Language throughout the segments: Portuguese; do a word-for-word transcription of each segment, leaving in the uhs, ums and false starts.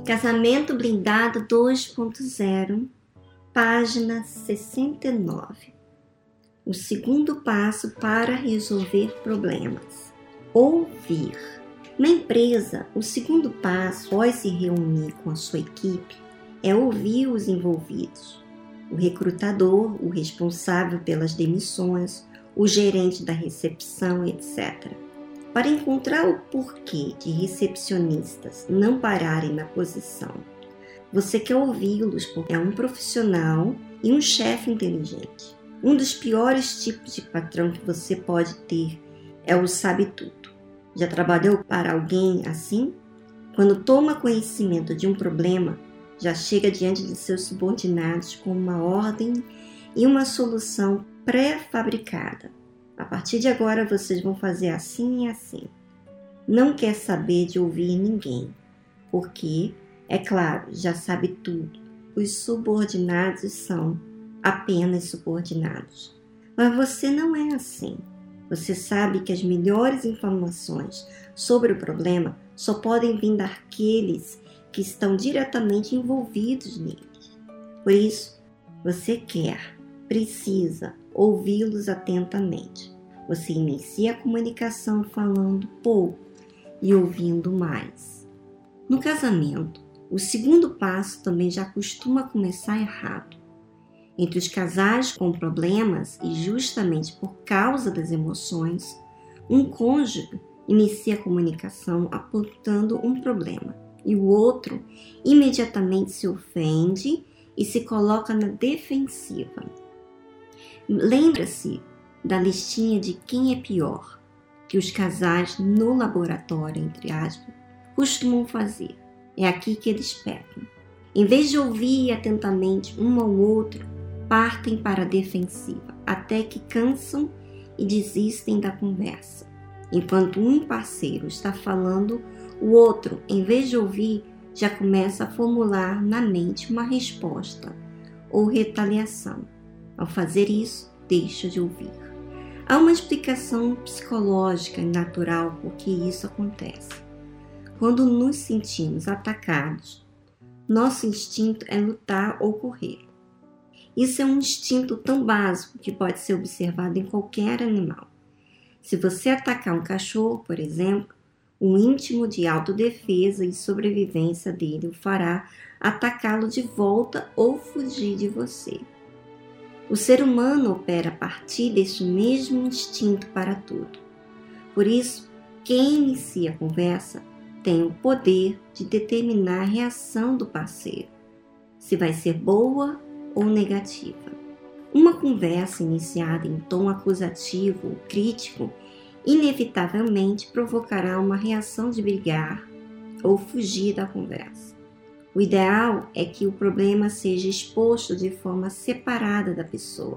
Casamento Blindado dois ponto zero, página sessenta e nove. O segundo passo para resolver problemas: ouvir. Na empresa, o segundo passo, após se reunir com a sua equipe, é ouvir os envolvidos. O recrutador, o responsável pelas demissões, o gerente da recepção, etcétera. Para encontrar o porquê de recepcionistas não pararem na posição, você quer ouvi-los porque é um profissional e um chefe inteligente. Um dos piores tipos de patrão que você pode ter é o sabe-tudo. Já trabalhou para alguém assim? Quando toma conhecimento de um problema, já chega diante de seus subordinados com uma ordem e uma solução pré-fabricada. A partir de agora vocês vão fazer assim e assim. Não quer saber de ouvir ninguém, porque, é claro, já sabe tudo. Os subordinados são apenas subordinados. Mas você não é assim. Você sabe que as melhores informações sobre o problema só podem vir daqueles que estão diretamente envolvidos nele. Por isso, você quer, precisa ouvi-los atentamente. Você inicia a comunicação falando pouco e ouvindo mais. No casamento, o segundo passo também já costuma começar errado. Entre os casais com problemas e justamente por causa das emoções, um cônjuge inicia a comunicação apontando um problema e o outro imediatamente se ofende e se coloca na defensiva. Lembra-se da listinha de quem é pior que os casais no laboratório, entre aspas, costumam fazer. É aqui que eles pecam. Em vez de ouvir atentamente um ao outro, partem para a defensiva, até que cansam e desistem da conversa. Enquanto um parceiro está falando, o outro, em vez de ouvir, já começa a formular na mente uma resposta ou retaliação. Ao fazer isso, deixa de ouvir. Há uma explicação psicológica e natural por que isso acontece. Quando nos sentimos atacados, nosso instinto é lutar ou correr. Isso é um instinto tão básico que pode ser observado em qualquer animal. Se você atacar um cachorro, por exemplo, o íntimo de autodefesa e sobrevivência dele o fará atacá-lo de volta ou fugir de você. O ser humano opera a partir deste mesmo instinto para tudo. Por isso, quem inicia a conversa tem o poder de determinar a reação do parceiro, se vai ser boa ou negativa. Uma conversa iniciada em tom acusativo ou crítico inevitavelmente provocará uma reação de brigar ou fugir da conversa. O ideal é que o problema seja exposto de forma separada da pessoa.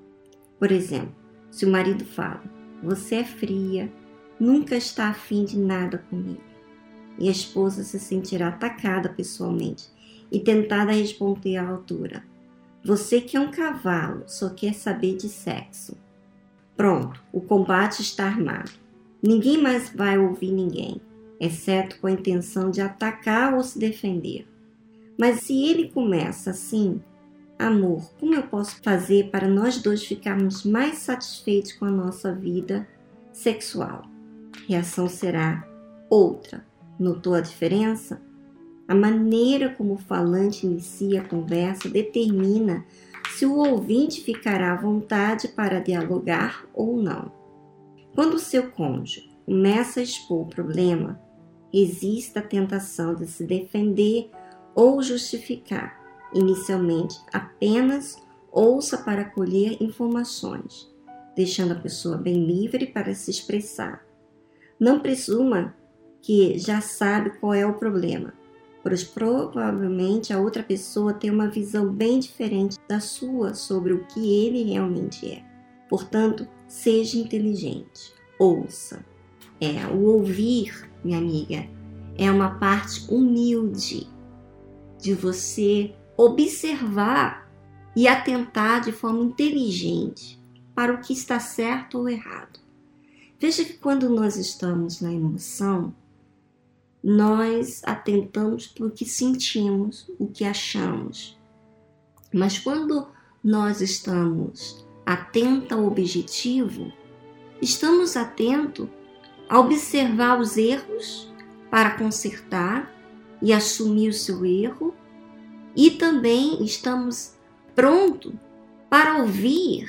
Por exemplo, se o marido fala: "Você é fria, nunca está afim de nada comigo", e a esposa se sentirá atacada pessoalmente e tentada responder à altura: "Você que é um cavalo, só quer saber de sexo". Pronto, o combate está armado. Ninguém mais vai ouvir ninguém, exceto com a intenção de atacar ou se defender. Mas se ele começa assim: "Amor, como eu posso fazer para nós dois ficarmos mais satisfeitos com a nossa vida sexual?", a reação será outra. Notou a diferença? A maneira como o falante inicia a conversa determina se o ouvinte ficará à vontade para dialogar ou não. Quando o seu cônjuge começa a expor o problema, resista à tentação de se defender ou justificar. Inicialmente, apenas ouça para colher informações, deixando a pessoa bem livre para se expressar. Não presuma que já sabe qual é o problema, pois provavelmente a outra pessoa tem uma visão bem diferente da sua sobre o que ele realmente é. Portanto, seja inteligente, ouça. É, o ouvir, minha amiga, é uma parte humilde de você observar e atentar de forma inteligente para o que está certo ou errado. Veja que quando nós estamos na emoção, nós atentamos para o que sentimos, o que achamos. Mas quando nós estamos atentos ao objetivo, estamos atentos a observar os erros para consertar e assumir o seu erro, e também estamos prontos para ouvir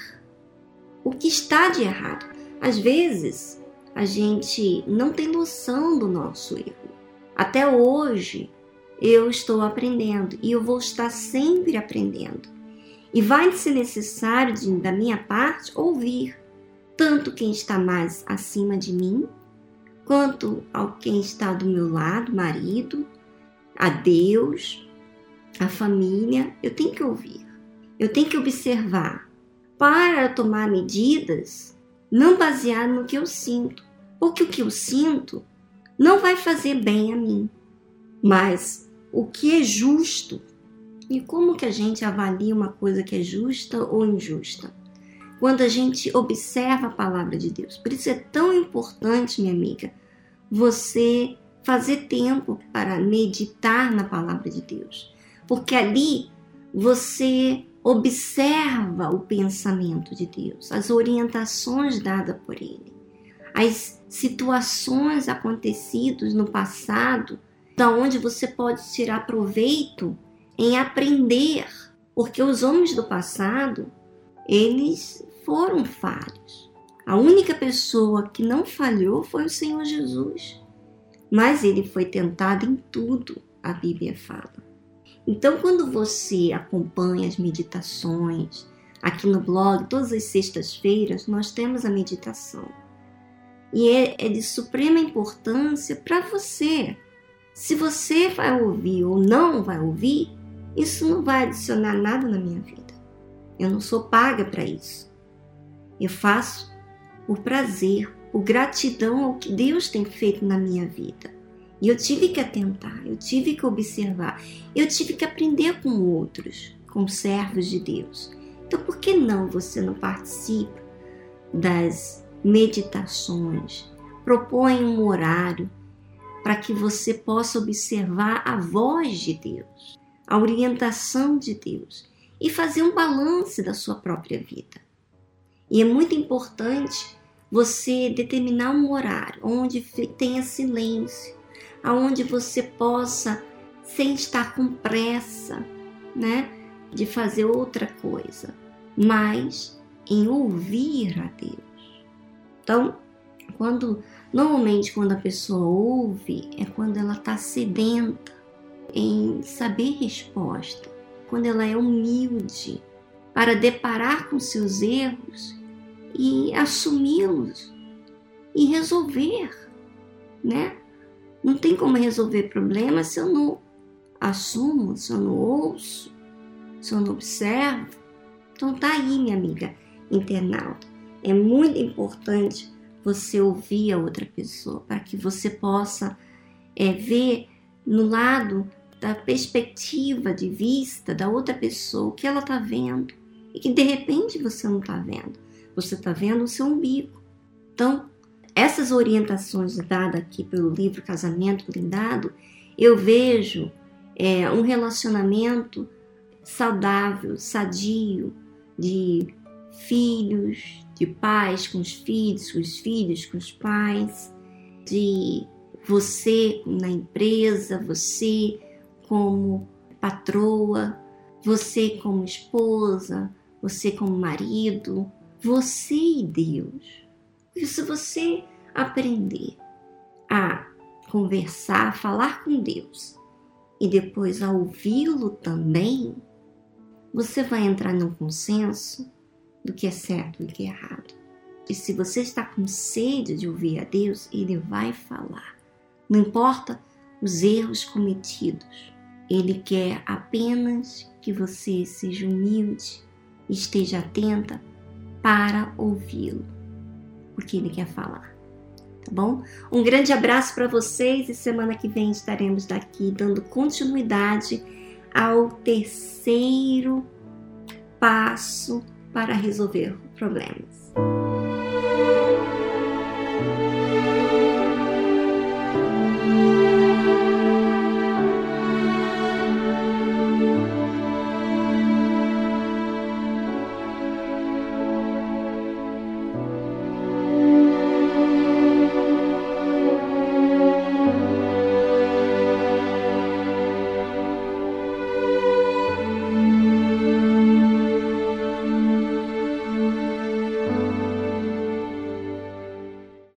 o que está de errado. Às vezes, a gente não tem noção do nosso erro. Até hoje, eu estou aprendendo e eu vou estar sempre aprendendo. E vai ser necessário, de, da minha parte, ouvir tanto quem está mais acima de mim, quanto ao quem está do meu lado, marido, a Deus, a família. Eu tenho que ouvir, eu tenho que observar para tomar medidas não baseado no que eu sinto, porque o que eu sinto não vai fazer bem a mim, mas o que é justo. E como que a gente avalia uma coisa que é justa ou injusta? Quando a gente observa a palavra de Deus. Por isso é tão importante, minha amiga, você fazer tempo para meditar na palavra de Deus. Porque ali você observa o pensamento de Deus, as orientações dadas por Ele, as situações acontecidas no passado, da onde você pode tirar proveito em aprender. Porque os homens do passado, eles foram falhos. A única pessoa que não falhou foi o Senhor Jesus. Mas ele foi tentado em tudo, a Bíblia fala. Então, quando você acompanha as meditações, aqui no blog, todas as sextas-feiras, nós temos a meditação. E é, é de suprema importância para você. Se você vai ouvir ou não vai ouvir, isso não vai adicionar nada na minha vida. Eu não sou paga para isso. Eu faço por prazer, por gratidão ao que Deus tem feito na minha vida. E eu tive que atentar, eu tive que observar, eu tive que aprender com outros, com servos de Deus. Então, por que não você não participa das meditações? Propõe um horário para que você possa observar a voz de Deus, a orientação de Deus e fazer um balanço da sua própria vida. E é muito importante você determinar um horário onde tenha silêncio, aonde você possa, sem estar com pressa, né, de fazer outra coisa, mas em ouvir a Deus. Então, quando, normalmente quando a pessoa ouve, é quando ela está sedenta em saber resposta, quando ela é humilde para deparar com seus erros e assumi-los e resolver, né? Não tem como resolver problemas se eu não assumo, se eu não ouço, se eu não observo. Então tá aí, minha amiga internauta. É muito importante você ouvir a outra pessoa para que você possa é, ver no lado da perspectiva de vista da outra pessoa o que ela está vendo e que de repente você não está vendo. Você está vendo o seu umbigo. Então, essas orientações dadas aqui pelo livro Casamento Blindado, eu vejo é, um relacionamento saudável, sadio, de filhos, de pais com os filhos, os filhos com os pais, de você na empresa, você como patroa, você como esposa, você como marido, você e Deus. Porque se você aprender a conversar, a falar com Deus e depois a ouvi-lo também, você vai entrar num consenso do que é certo e do que é errado. E se você está com sede de ouvir a Deus, Ele vai falar. Não importa os erros cometidos. Ele quer apenas que você seja humilde e esteja atenta para ouvi-lo, porque Ele quer falar, tá bom? Um grande abraço para vocês e semana que vem estaremos daqui dando continuidade ao terceiro passo para resolver problemas.